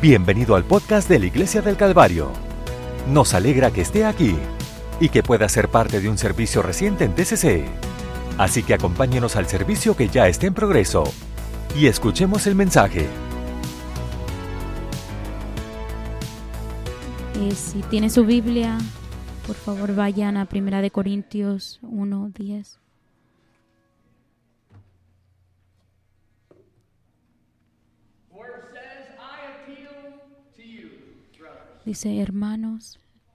Bienvenido al podcast de la Iglesia del Calvario. Nos alegra que esté aquí y que pueda ser parte de un servicio reciente en TCC. Así que acompáñenos al servicio que ya está en progreso y escuchemos el mensaje. Si tiene su Biblia, por favor vayan a 1 Corintios 1:10. Dice, hermanos,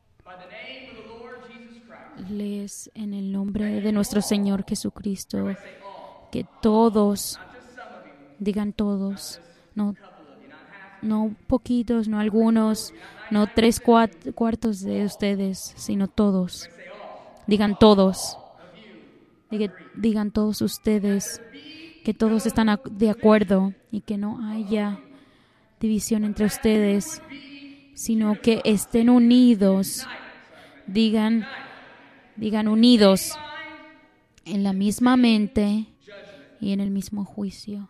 les en el nombre de nuestro Señor Jesucristo, que todos, digan todos, no poquitos, no algunos, no 3/4 de ustedes, sino todos. Digan todos. Digan todos ustedes, que todos están de acuerdo y que no haya división entre ustedes, sino que estén unidos. Digan unidos en la misma mente y en el mismo juicio.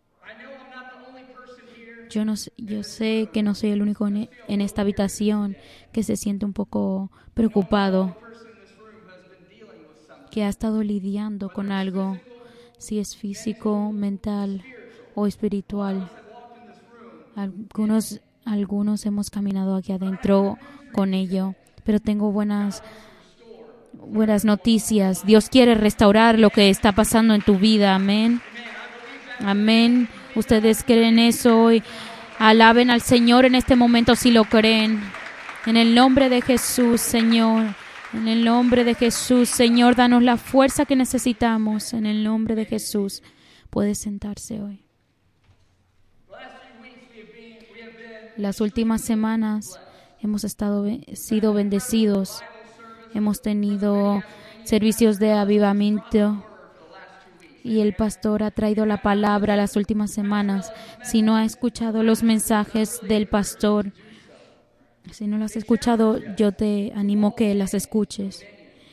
Yo sé que no soy el único en esta habitación que se siente un poco preocupado, que ha estado lidiando con algo, si es físico, mental o espiritual. Algunos hemos caminado aquí adentro con ello, pero tengo buenas noticias. Dios quiere restaurar lo que está pasando en tu vida. Amén. Amén. Ustedes creen eso y alaben al Señor en este momento si lo creen. En el nombre de Jesús, Señor. En el nombre de Jesús, Señor, danos la fuerza que necesitamos. En el nombre de Jesús. Puede sentarse hoy. Las últimas semanas hemos sido bendecidos. Hemos tenido servicios de avivamiento y el pastor ha traído la palabra las últimas semanas. Si no ha escuchado los mensajes del pastor, si no las has escuchado, yo te animo que las escuches.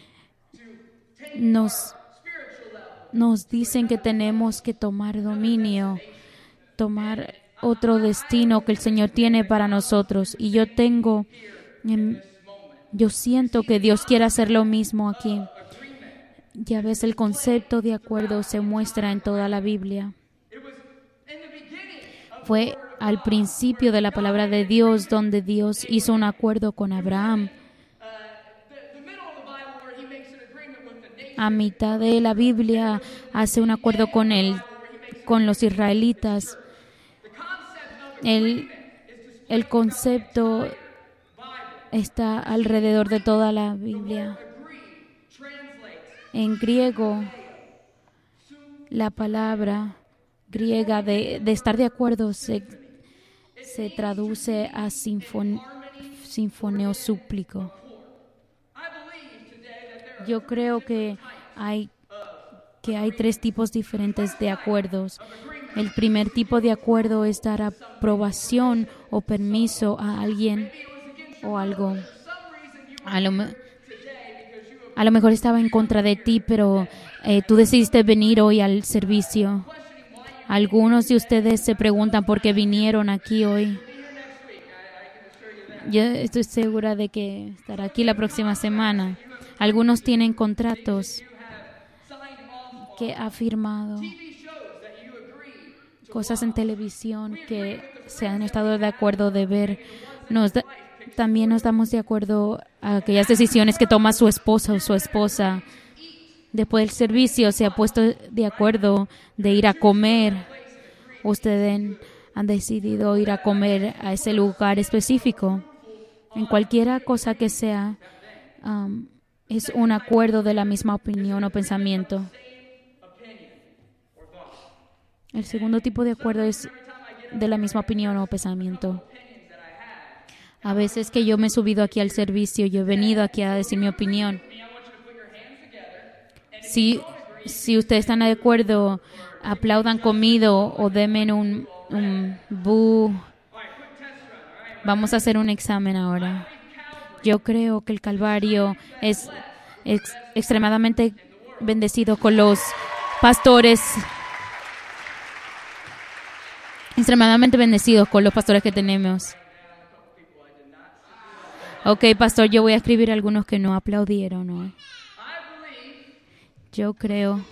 Nos dicen que tenemos que tomar dominio, tomar otro destino que el Señor tiene para nosotros. Y yo siento que Dios quiere hacer lo mismo aquí. Ya ves, el concepto de acuerdo se muestra en toda la Biblia. Fue al principio de la palabra de Dios donde Dios hizo un acuerdo con Abraham. A mitad de la Biblia hace un acuerdo con los israelitas. El concepto está alrededor de toda la Biblia. En griego, la palabra griega de estar de acuerdo se traduce a sinfoneo súplico. Yo creo que hay 3 tipos diferentes de acuerdos. El primer tipo de acuerdo es dar aprobación o permiso a alguien o algo. A lo mejor estaba en contra de ti, pero tú decidiste venir hoy al servicio. Algunos de ustedes se preguntan por qué vinieron aquí hoy. Yo estoy segura de que estará aquí la próxima semana. Algunos tienen contratos que ha firmado, cosas en televisión que se han estado de acuerdo de ver. También nos damos de acuerdo a aquellas decisiones que toma su esposa o su esposa. Después del servicio se ha puesto de acuerdo de ir a comer. Ustedes han decidido ir a comer a ese lugar específico. En cualquier cosa que sea, es un acuerdo de la misma opinión o pensamiento. El segundo tipo de acuerdo es de la misma opinión o pensamiento. A veces que yo me he subido aquí al servicio, yo he venido aquí a decir mi opinión. Si ustedes están de acuerdo, aplaudan conmigo o denme un boo. Vamos a hacer un examen ahora. Yo creo que el Calvario es extremadamente bendecido con los pastores. En extremadamente bendecidos con los pastores que tenemos. Ok, pastor, yo voy a escribir algunos que no aplaudieron hoy. Yo creo,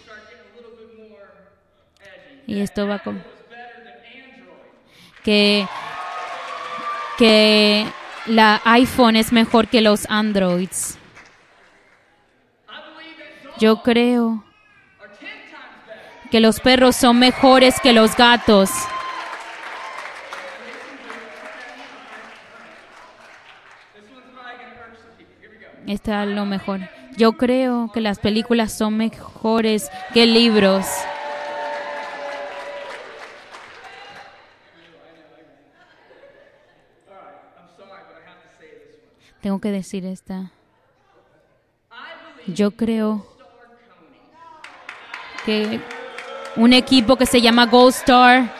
y esto va con que la iPhone es mejor que los Androids. Yo creo que los perros son mejores que los gatos. Está lo mejor. Yo creo que las películas son mejores que libros. Tengo que decir esta. Yo creo que un equipo que se llama Gold Star,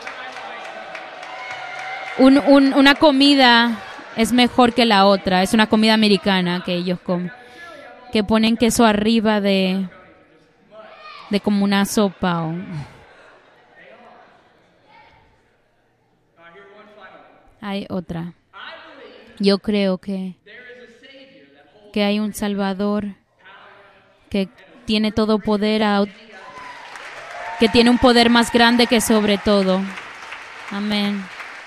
una comida es mejor que la otra. Es una comida americana que ellos comen, que ponen queso arriba de como una sopa. Hay otra. Yo creo que hay un Salvador que tiene todo poder, que tiene un poder más grande que sobre todo. Amén.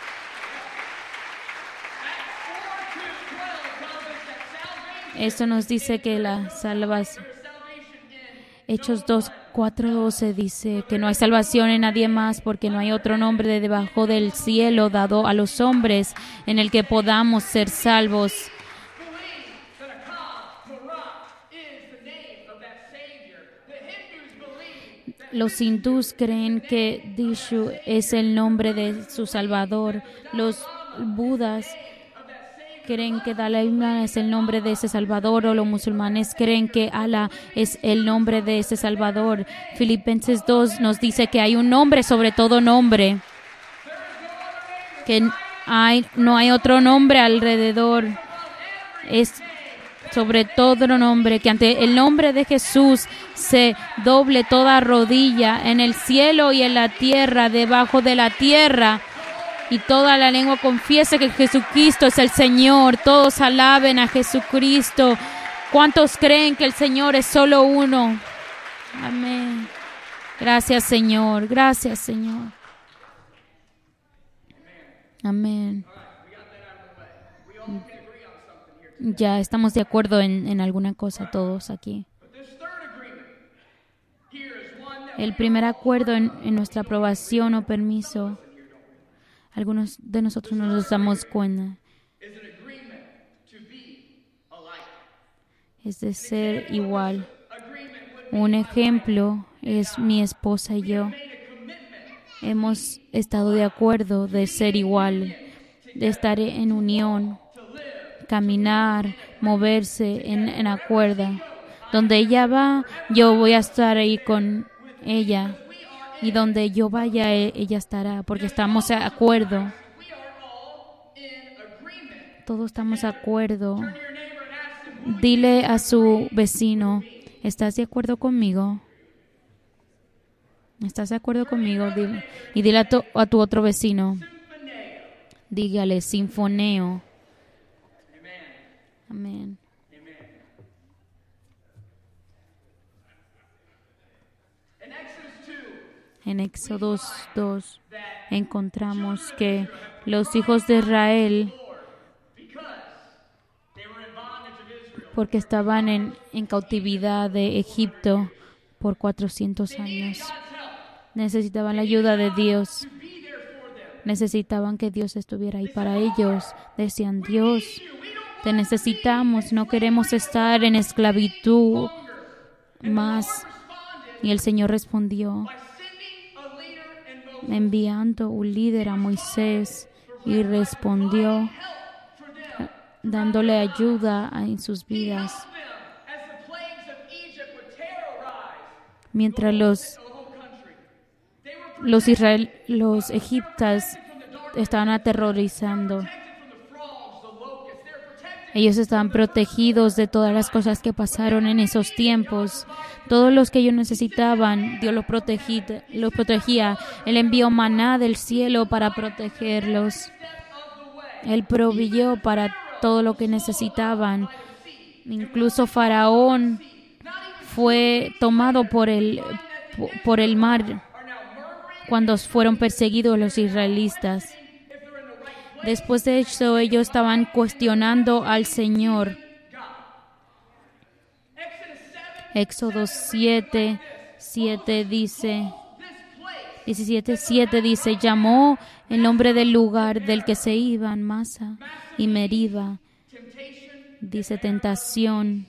Esto nos dice que la salvación. Hechos 2:4-12 dice que no hay salvación en nadie más porque no hay otro nombre de debajo del cielo dado a los hombres en el que podamos ser salvos. Los hindús creen que Dishu es el nombre de su Salvador. Los budas creen que Dalai Lama es el nombre de ese Salvador, o los musulmanes creen que Allah es el nombre de ese Salvador. Filipenses 2 nos dice que hay un nombre sobre todo nombre, que no hay otro nombre alrededor. Es sobre todo nombre, que ante el nombre de Jesús se doble toda rodilla en el cielo y en la tierra, debajo de la tierra. Y toda la lengua confiese que Jesucristo es el Señor. Todos alaben a Jesucristo. ¿Cuántos creen que el Señor es solo uno? Amén. Gracias, Señor. Gracias, Señor. Amén. Ya estamos de acuerdo en alguna cosa todos aquí. El primer acuerdo en nuestra aprobación o permiso, algunos de nosotros no nos damos cuenta, es de ser igual. Un ejemplo es mi esposa y yo. Hemos estado de acuerdo de ser igual, de estar en unión, caminar, moverse en acuerdo. Donde ella va, yo voy a estar ahí con ella. Y donde yo vaya, ella estará, porque estamos de acuerdo. Todos estamos de acuerdo. Dile a su vecino, ¿estás de acuerdo conmigo? ¿Estás de acuerdo conmigo? Dile. Y dile a tu otro vecino. Dígale, sinfoneo. Amén. En Éxodo 2 encontramos que los hijos de Israel, porque estaban en cautividad de Egipto por 400 años, necesitaban la ayuda de Dios. Necesitaban que Dios estuviera ahí para ellos. Decían, Dios, te necesitamos, no queremos estar en esclavitud más. Y el Señor respondió enviando un líder a Moisés, y respondió dándole ayuda en sus vidas. Mientras los egipcios estaban aterrorizando, Ellos estaban protegidos de todas las cosas que pasaron en esos tiempos. Todos los que ellos necesitaban, Dios los protegía. Él envió maná del cielo para protegerlos. Él proveyó para todo lo que necesitaban. Incluso Faraón fue tomado por el mar cuando fueron perseguidos los israelitas. Después de eso, ellos estaban cuestionando al Señor. Éxodo 7 dice, 17:7 dice, llamó el nombre del lugar del que se iban, Masa y Meriba. Dice tentación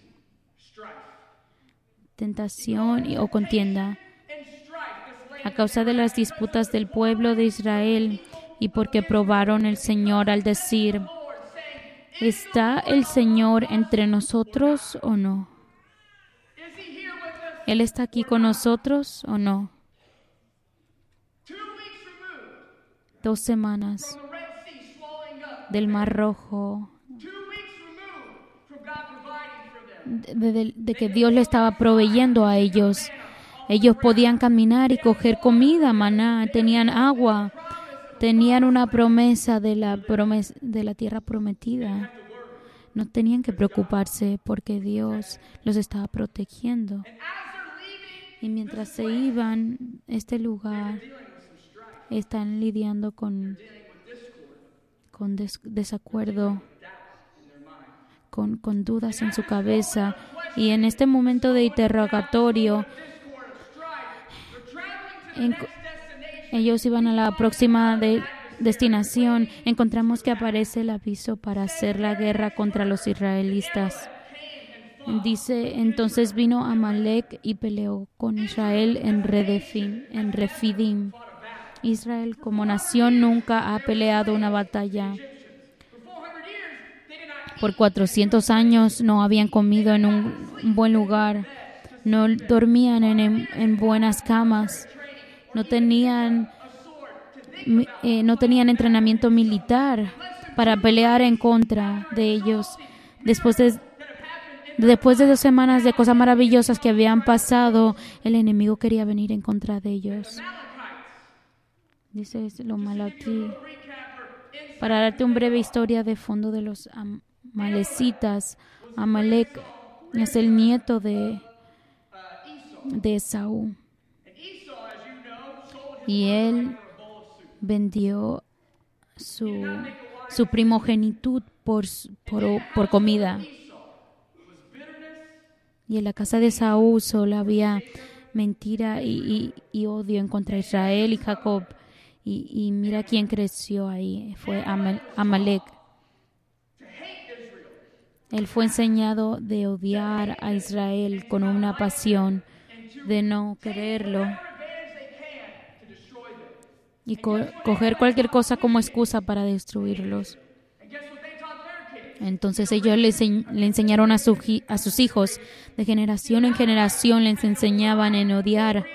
o contienda. A causa de las disputas del pueblo de Israel y porque probaron el Señor al decir, ¿está el Señor entre nosotros o no? ¿Él está aquí con nosotros o no? 2 semanas del Mar Rojo, de que Dios le estaba proveyendo a ellos. Ellos podían caminar y coger comida, maná, tenían agua, tenían una promesa de la tierra prometida. No tenían que preocuparse porque Dios los estaba protegiendo. Y mientras se iban, este lugar están lidiando con desacuerdo, con dudas en su cabeza. Y en este momento de interrogatorio, ellos iban a la próxima destinación. Encontramos que aparece el aviso para hacer la guerra contra los israelitas. Dice, entonces vino Amalek y peleó con Israel en Refidim. Israel como nación nunca ha peleado una batalla. Por 400 años no habían comido en un buen lugar. No dormían en buenas camas. No tenían entrenamiento militar para pelear en contra de ellos. Después de 2 semanas de cosas maravillosas que habían pasado, el enemigo quería venir en contra de ellos. Dice lo malo aquí. Para darte una breve historia de fondo de los amalecitas, Amalek es el nieto de Esaú. Y él vendió su primogenitud por comida. Y en la casa de Esaú solo había mentira y odio en contra de Israel y Jacob. Y mira quién creció ahí. Fue Amalek. Él fue enseñado de odiar a Israel con una pasión, de no quererlo. Y coger cualquier cosa como excusa para destruirlos. Entonces ellos le enseñaron a sus hijos, de generación en generación les enseñaban en odiar.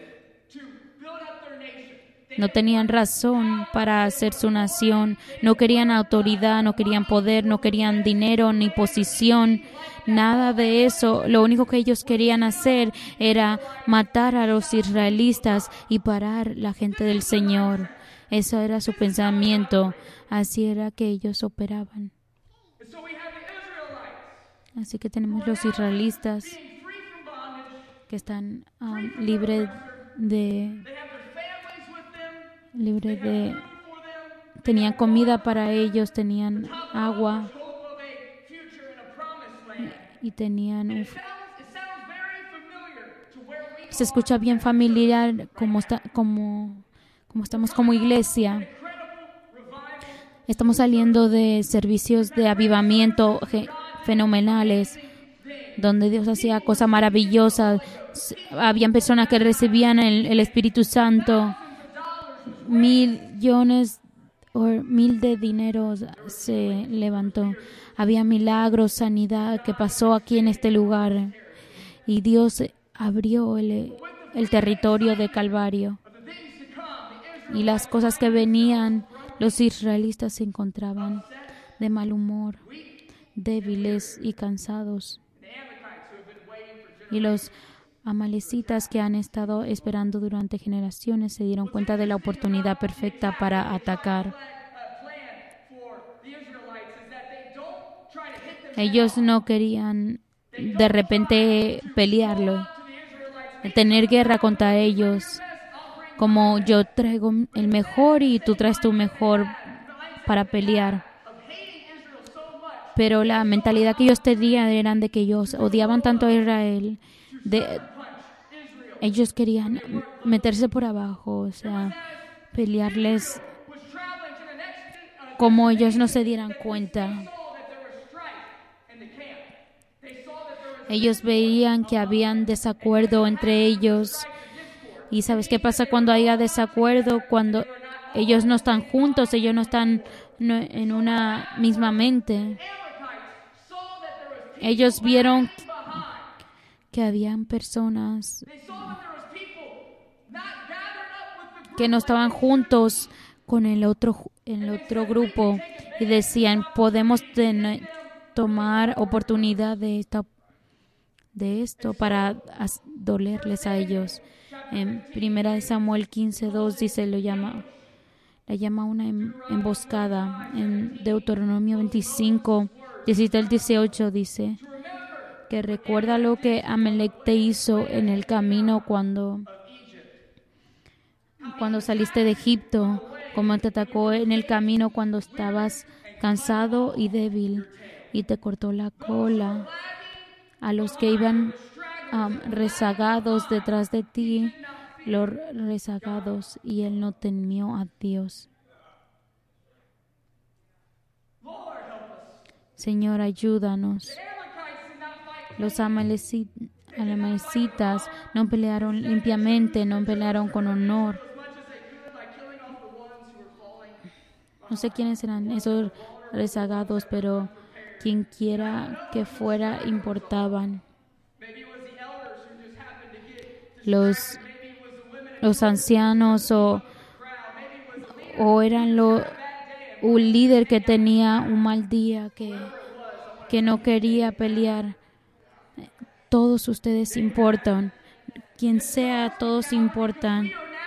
No tenían razón para hacer su nación, no querían autoridad, no querían poder, no querían dinero ni posición, nada de eso. Lo único que ellos querían hacer era matar a los israelitas y parar la gente del Señor. Eso era su pensamiento, así era que ellos operaban. Así que tenemos los israelitas que están libres de tenían comida para ellos, tenían agua y tenían se escucha bien familiar como estamos como iglesia. Estamos saliendo de servicios de avivamiento fenomenales donde Dios hacía cosas maravillosas. Habían personas que recibían el Espíritu Santo. $1,000,000 de dinero se levantó. Había milagros, sanidad que pasó aquí en este lugar. Y Dios abrió el territorio de Calvario. Y las cosas que venían, los israelitas se encontraban de mal humor. débiles y cansados. Y los amalecitas que han estado esperando durante generaciones se dieron cuenta de la oportunidad perfecta para atacar. Ellos no querían de repente pelearlo, tener guerra contra ellos, como yo traigo el mejor y tú traes tu mejor para pelear. Pero la mentalidad que ellos tenían era de que ellos odiaban tanto a Israel, ellos querían meterse por abajo, o sea, pelearles como ellos no se dieran cuenta. Ellos veían que habían desacuerdo entre ellos. ¿Y sabes qué pasa cuando haya desacuerdo? Cuando ellos no están juntos, ellos no están en una misma mente. Ellos vieron que habían personas que no estaban juntos con el otro grupo y decían, podemos tomar oportunidad de esto para dolerles a ellos. En 1 Samuel 15:2 dice, la llama una emboscada. En Deuteronomio 25, 17 al 18 dice que recuerda lo que Amalek te hizo en el camino cuando saliste de Egipto, cómo te atacó en el camino cuando estabas cansado y débil y te cortó la cola. A los que iban rezagados detrás de ti, los rezagados, y él no temió a Dios. Señor, ayúdanos. Los amalecitas no pelearon limpiamente, no pelearon con honor. No sé quiénes eran esos rezagados, pero quien quiera que fuera importaban. Los ancianos o eran un líder que tenía un mal día, que no quería pelear. Todos ustedes importan. Quien sea, todos importan.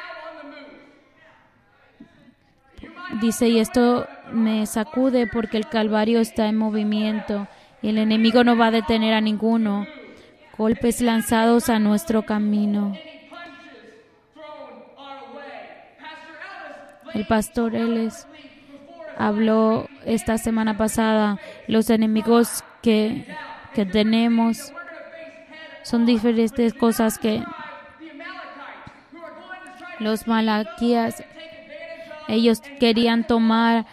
Dice, y esto me sacude porque el Calvario está en movimiento y el enemigo no va a detener a ninguno. Golpes lanzados a nuestro camino. El pastor Ellis habló esta semana pasada. Los enemigos que tenemos son diferentes cosas que los malaquías, ellos querían tomar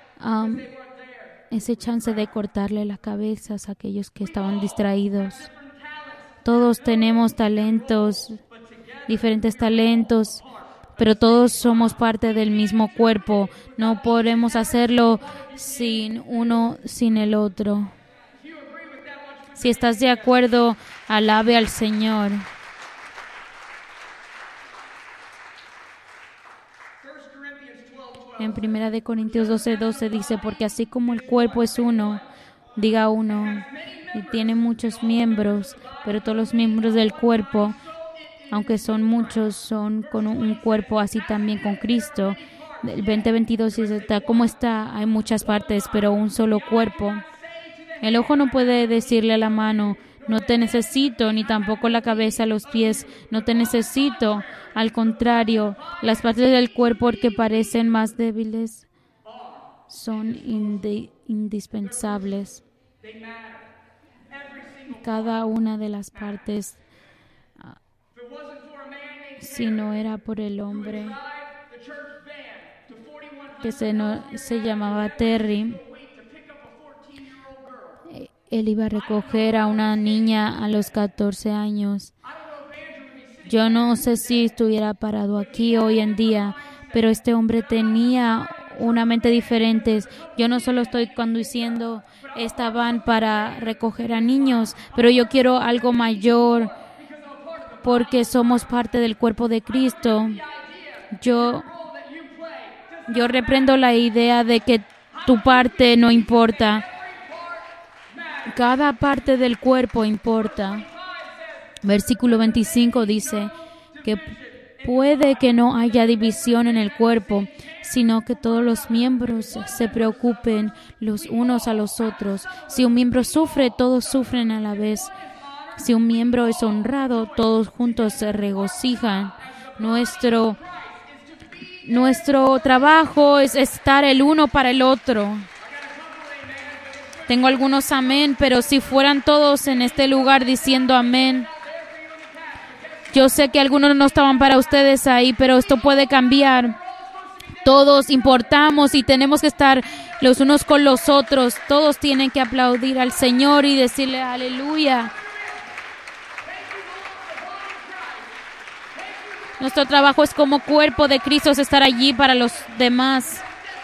ese chance de cortarle las cabezas a aquellos que estaban distraídos. Todos tenemos talentos, diferentes talentos, pero todos somos parte del mismo cuerpo. No podemos hacerlo sin uno, sin el otro. Si estás de acuerdo, alabe al Señor. En 1 Corintios 12:12 dice, porque así como el cuerpo es uno, diga uno, y tiene muchos miembros, pero todos los miembros del cuerpo, aunque son muchos, son con un cuerpo, así también con Cristo. El 20:22 dice, tal como está, hay muchas partes, pero un solo cuerpo. El ojo no puede decirle a la mano, no te necesito, ni tampoco la cabeza, los pies, no te necesito. Al contrario, las partes del cuerpo que parecen más débiles son indispensables. Cada una de las partes, si no era por el hombre que se llamaba Terry, él iba a recoger a una niña a los 14 años. Yo no sé si estuviera parado aquí hoy en día, pero este hombre tenía una mente diferente. Yo no solo estoy conduciendo esta van para recoger a niños, pero yo quiero algo mayor porque somos parte del cuerpo de Cristo. Yo reprendo la idea de que tu parte no importa. Cada parte del cuerpo importa. Versículo 25 dice que puede que no haya división en el cuerpo, sino que todos los miembros se preocupen los unos a los otros. Si un miembro sufre, todos sufren a la vez. Si un miembro es honrado, todos juntos se regocijan. Nuestro trabajo es estar el uno para el otro. Tengo algunos amén, pero si fueran todos en este lugar diciendo amén. Yo sé que algunos no estaban para ustedes ahí, pero esto puede cambiar. Todos importamos y tenemos que estar los unos con los otros. Todos tienen que aplaudir al Señor y decirle aleluya. Nuestro trabajo es como cuerpo de Cristo, es estar allí para los demás.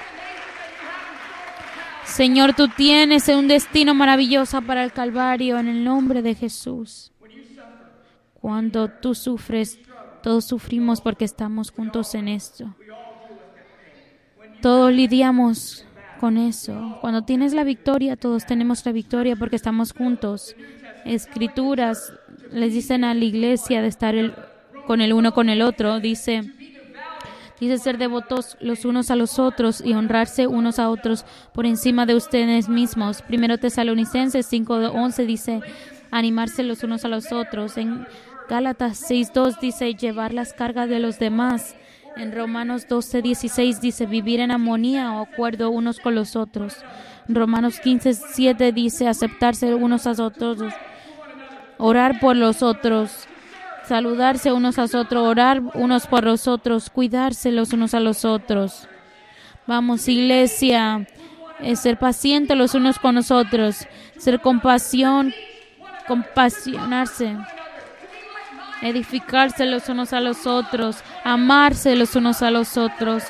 Señor, tú tienes un destino maravilloso para el Calvario en el nombre de Jesús. Cuando tú sufres, todos sufrimos porque estamos juntos en esto. Todos lidiamos con eso. Cuando tienes la victoria, todos tenemos la victoria porque estamos juntos. Escrituras les dicen a la iglesia de estar con el uno con el otro. Dice ser devotos los unos a los otros y honrarse unos a otros por encima de ustedes mismos. 1 Tesalonicenses 5:11 dice animarse los unos a los otros. En Gálatas 6:2 dice llevar las cargas de los demás. En Romanos 12:16 dice vivir en armonía o acuerdo unos con los otros. En Romanos 15:7 dice aceptarse unos a otros, orar por los otros, saludarse unos a otros, orar unos por los otros, cuidarse los unos a los otros. Vamos, iglesia, ser paciente los unos con los otros, ser compasionarse, edificarse los unos a los otros, amarse los unos a los otros,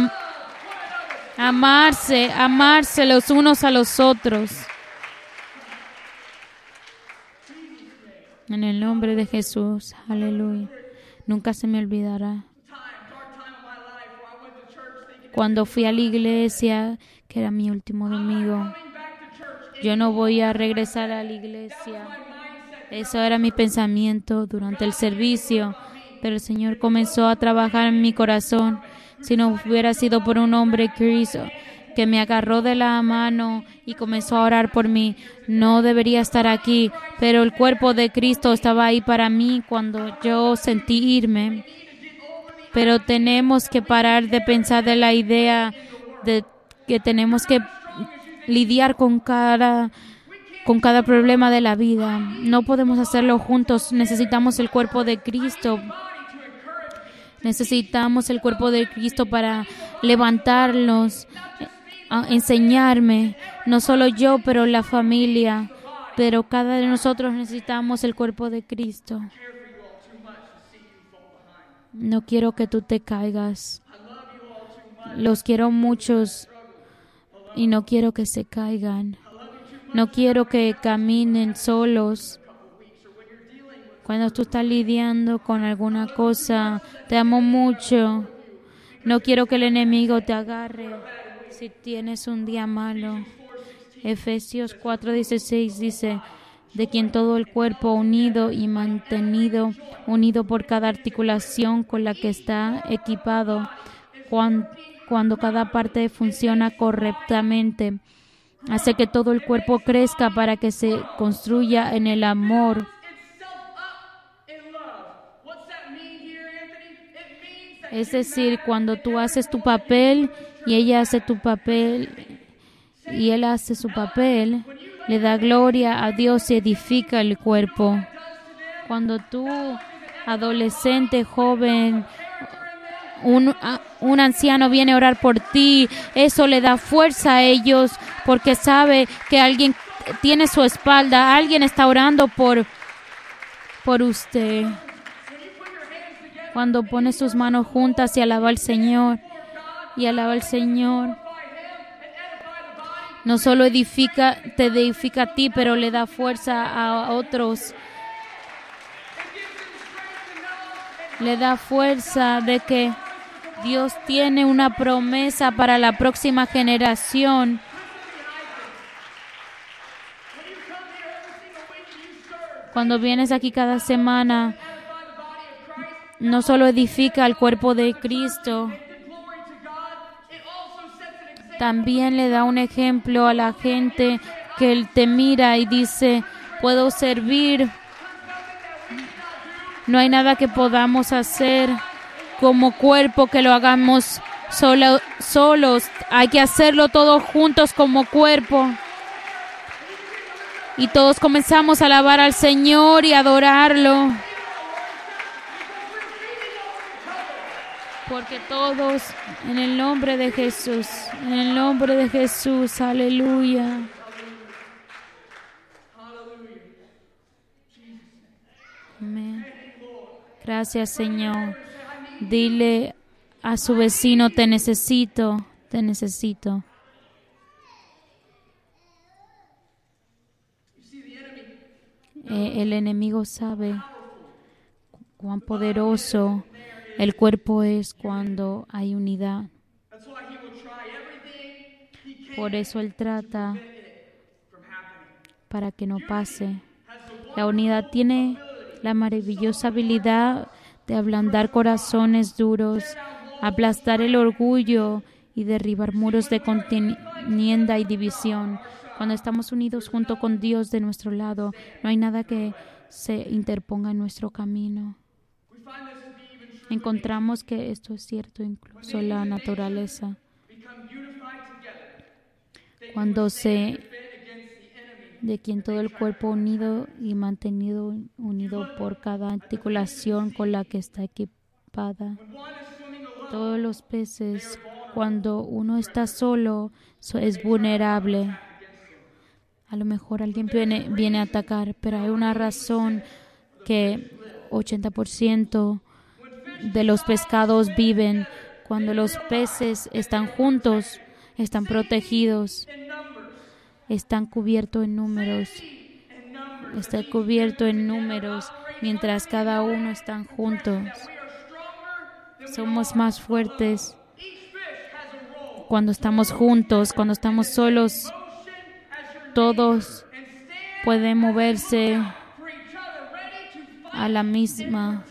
amarse los unos a los otros. En el nombre de Jesús, aleluya. Nunca se me olvidará cuando fui a la iglesia, que era mi último domingo. Yo no voy a regresar a la iglesia. Eso era mi pensamiento durante el servicio, pero el Señor comenzó a trabajar en mi corazón. Si no hubiera sido por un hombre que me agarró de la mano y comenzó a orar por mí, no debería estar aquí, pero el cuerpo de Cristo estaba ahí para mí cuando yo sentí irme. Pero tenemos que parar de pensar de la idea de que tenemos que lidiar con cada problema de la vida. No podemos hacerlo juntos. Necesitamos el cuerpo de Cristo. Necesitamos el cuerpo de Cristo para levantarnos, enseñarme. No solo yo, pero la familia. Pero cada de nosotros necesitamos el cuerpo de Cristo. No quiero que tú te caigas. Los quiero muchos y no quiero que se caigan. No quiero que caminen solos. Cuando tú estás lidiando con alguna cosa, te amo mucho. No quiero que el enemigo te agarre si tienes un día malo. Efesios 4:16 dice, de quien todo el cuerpo unido y mantenido, unido por cada articulación con la que está equipado, cuando cada parte funciona correctamente, hace que todo el cuerpo crezca para que se construya en el amor. Es decir, cuando tú haces tu papel y ella hace tu papel y él hace su papel, le da gloria a Dios y edifica el cuerpo. Cuando tú, adolescente, joven, un anciano viene a orar por ti, eso le da fuerza a ellos porque sabe que alguien tiene su espalda, alguien está orando por usted. Cuando pone sus manos juntas y alaba al Señor, no solo te edifica a ti, pero le da fuerza a otros. Le da fuerza de que Dios tiene una promesa para la próxima generación. Cuando vienes aquí cada semana, no solo edifica el cuerpo de Cristo, también le da un ejemplo a la gente que Él te mira y dice, puedo servir. No hay nada que podamos hacer como cuerpo que lo hagamos solos. Hay que hacerlo todos juntos como cuerpo. Y todos comenzamos a alabar al Señor y adorarlo. Porque todos, en el nombre de Jesús, aleluya. Amén. Gracias, Señor. Dile a su vecino, te necesito, te necesito. El enemigo sabe cuán poderoso el cuerpo es cuando hay unidad. Por eso Él trata para que no pase. La unidad tiene la maravillosa habilidad de ablandar corazones duros, aplastar el orgullo y derribar muros de contienda y división. Cuando estamos unidos junto con Dios de nuestro lado, no hay nada que se interponga en nuestro camino. Encontramos que esto es cierto incluso en la naturaleza. Cuando de quien todo el cuerpo unido y mantenido unido por cada articulación con la que está equipada. Todos los peces, cuando uno está solo, es vulnerable. A lo mejor alguien viene a atacar, pero hay una razón que 80% de los pescados viven. Cuando los peces están juntos, están protegidos, están cubiertos en números. Está cubierto en números mientras cada uno están juntos. Somos más fuertes cuando estamos juntos, cuando estamos solos. Todos pueden moverse a la misma.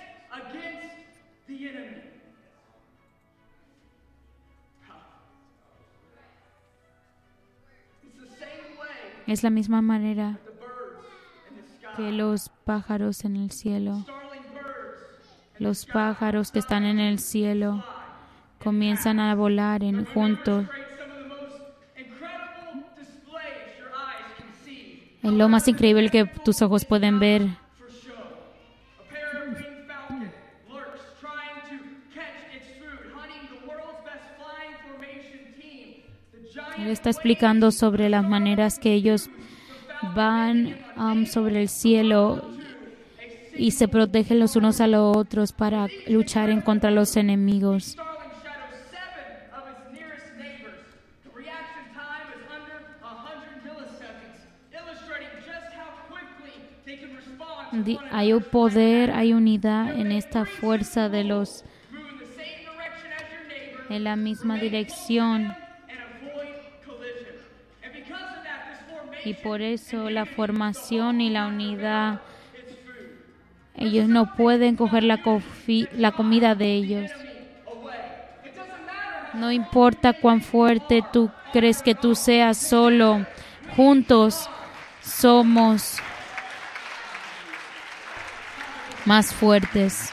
Es la misma manera que los pájaros en el cielo. Los pájaros que están en el cielo comienzan a volar juntos. Es lo más increíble que tus ojos pueden ver. Él está explicando sobre las maneras que ellos van sobre el cielo y se protegen los unos a los otros para luchar en contra de los enemigos. Hay un poder, hay unidad en esta fuerza de los en la misma dirección. Y por eso la formación y la unidad, ellos no pueden coger la comida de ellos. No importa cuán fuerte tú crees que tú seas solo, juntos somos más fuertes.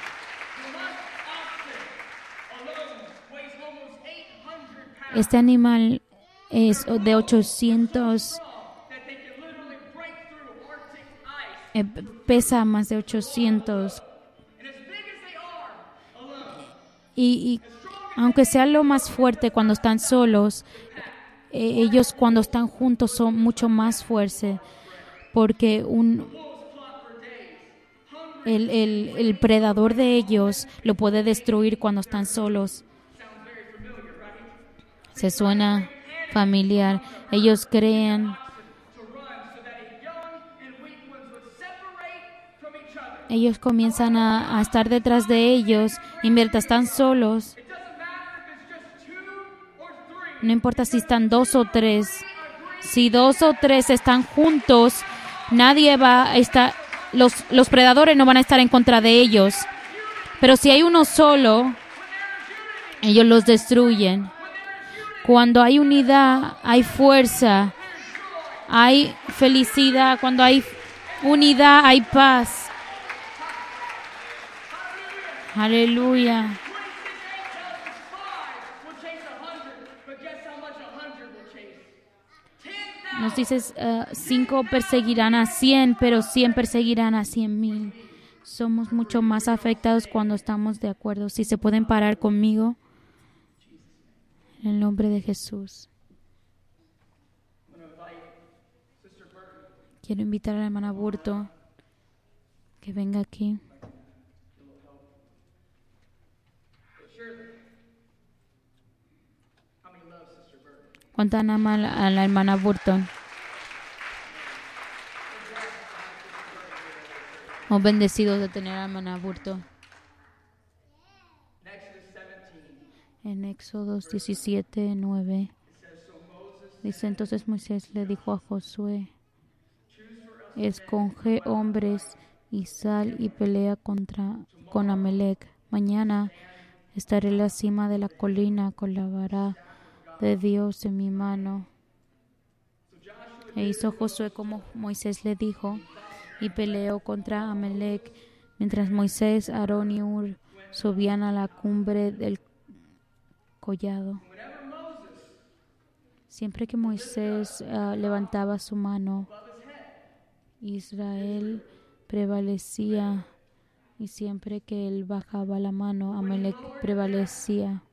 Este animal es de 800, pesa más de 800. Y aunque sea lo más fuerte cuando están solos, ellos cuando están juntos son mucho más fuertes, porque el predador de ellos lo puede destruir cuando están solos. Se suena familiar. Ellos creen. Ellos comienzan a estar detrás de ellos y mientras están solos. No importa si están 2 o 3. Si 2 o 3 están juntos, nadie va a estar los predadores no van a estar en contra de ellos. Pero si hay uno solo, ellos los destruyen. Cuando hay unidad, hay fuerza, hay felicidad. Cuando hay unidad, hay paz. Aleluya. Nos dices, 5 perseguirán a 100, pero 100 perseguirán a 100,000. Somos mucho más afectados cuando estamos de acuerdo. Si se pueden parar conmigo, en el nombre de Jesús. Quiero invitar a la hermana Burto que venga aquí. ¿Cuánta ama a la hermana Burton? Somos bendecidos de tener a la hermana Burton. En Éxodo 17:9 dice: entonces Moisés le dijo a Josué: escoge hombres y sal y pelea con Amalec. Mañana estaré en la cima de la colina con la vara de Dios en mi mano. E hizo Josué como Moisés le dijo y peleó contra Amalec, mientras Moisés, Aarón y Hur subían a la cumbre del collado. Siempre que Moisés levantaba su mano, Israel prevalecía, y siempre que él bajaba la mano, Amalec prevalecía.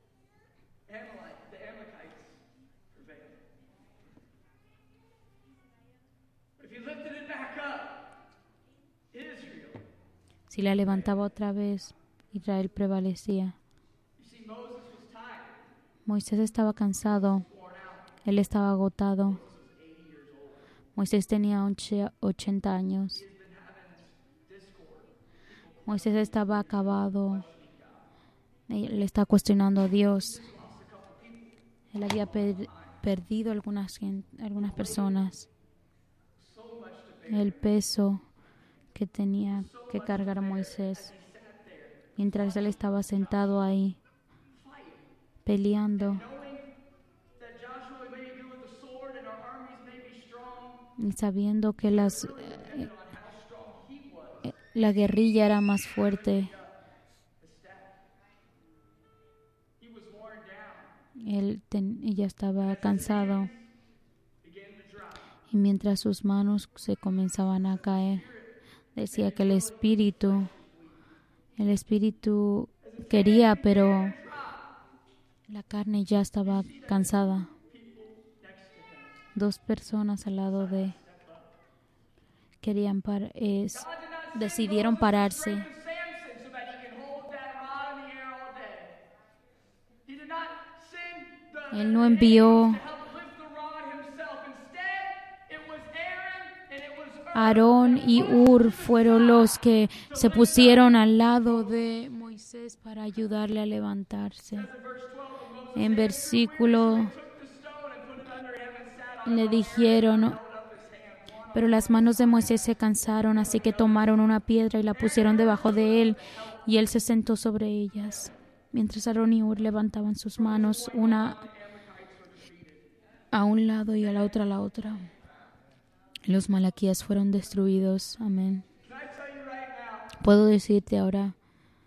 Si la levantaba otra vez, Israel prevalecía. Moisés estaba cansado. Él estaba agotado. Moisés tenía 80 años. Moisés estaba acabado. Él estaba cuestionando a Dios. Él había perdido algunas personas. El peso que tenía que cargar Moisés, mientras él estaba sentado ahí, peleando. Y sabiendo que la guerrilla era más fuerte. Él ya estaba cansado. Y mientras sus manos se comenzaban a caer, decía que el espíritu quería, pero la carne ya estaba cansada. 2 personas al lado de decidieron pararse. Él no envió Aarón y Hur, fueron los que se pusieron al lado de Moisés para ayudarle a levantarse. En versículo le dijeron: pero las manos de Moisés se cansaron, así que tomaron una piedra y la pusieron debajo de él, y él se sentó sobre ellas. Mientras Aarón y Hur levantaban sus manos, una a un lado y a la otra. Los malaquías fueron destruidos. Amén. Puedo decirte ahora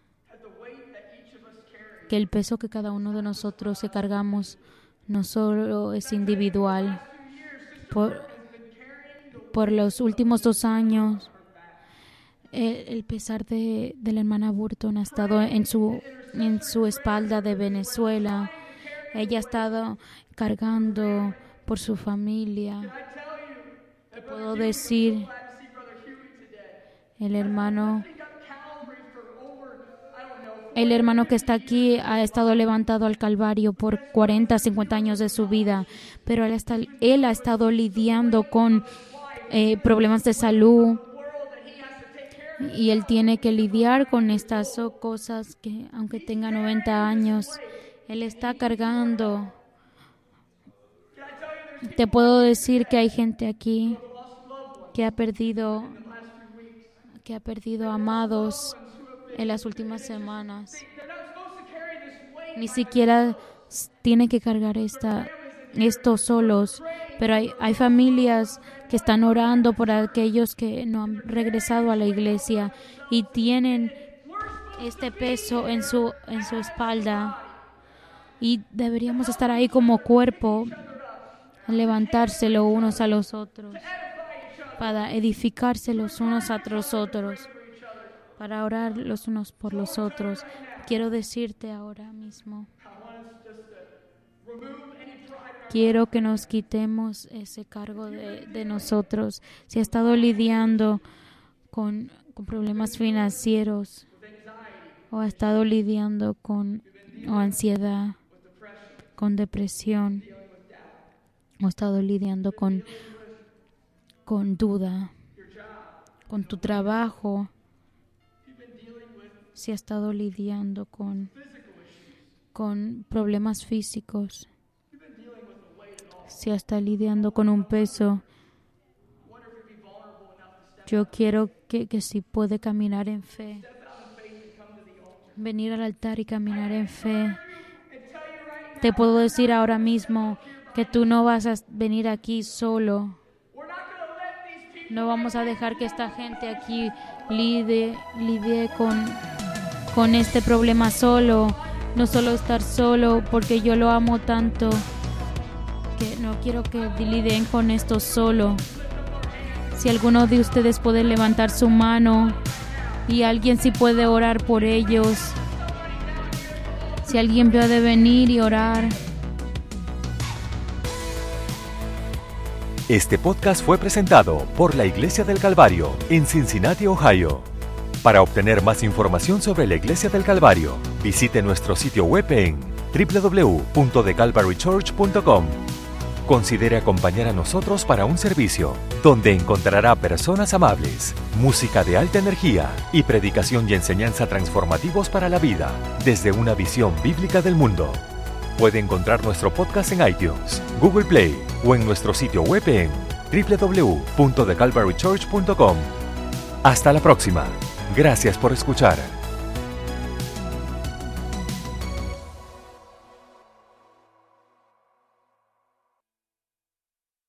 que el peso que cada uno de nosotros se cargamos no solo es individual. Por los últimos 2 años, el pesar de la hermana Burton ha estado en su espalda de Venezuela. Ella ha estado cargando por su familia. Te puedo decir, el hermano que está aquí ha estado levantado al Calvario por 40, 50 años de su vida, pero él ha estado lidiando con problemas de salud, y él tiene que lidiar con estas cosas que, aunque tenga 90 años, él está cargando. Te puedo decir que hay gente aquí que ha perdido que ha perdido amados en las últimas semanas. Ni siquiera tiene que cargar esto solos, pero hay familias que están orando por aquellos que no han regresado a la iglesia y tienen este peso en su espalda, y deberíamos estar ahí como cuerpo, levantárselo unos a los otros, para edificarse los unos a los otros, para orar los unos por los otros. Quiero decirte ahora mismo, quiero que nos quitemos ese cargo de nosotros. Si ha estado lidiando con problemas financieros, o ha estado lidiando con ansiedad, con depresión, o ha estado lidiando con duda, con tu trabajo, si ha estado lidiando con problemas físicos, si está lidiando con un peso, yo quiero que si puede caminar en fe, venir al altar y caminar en fe. Te puedo decir ahora mismo que tú no vas a venir aquí solo. No vamos a dejar que esta gente aquí lidie con este problema solo. No solo estar solo, porque yo lo amo tanto que no quiero que lidien con esto solo. Si alguno de ustedes puede levantar su mano y alguien sí puede orar por ellos, si alguien puede venir y orar. Este podcast fue presentado por la Iglesia del Calvario en Cincinnati, Ohio. Para obtener más información sobre la Iglesia del Calvario, visite nuestro sitio web en www.thecalvarychurch.com. Considere acompañar a nosotros para un servicio donde encontrará personas amables, música de alta energía y predicación y enseñanza transformativos para la vida desde una visión bíblica del mundo. Puede encontrar nuestro podcast en iTunes, Google Play o en nuestro sitio web en www.thecalvarychurch.com. Hasta la próxima. Gracias por escuchar.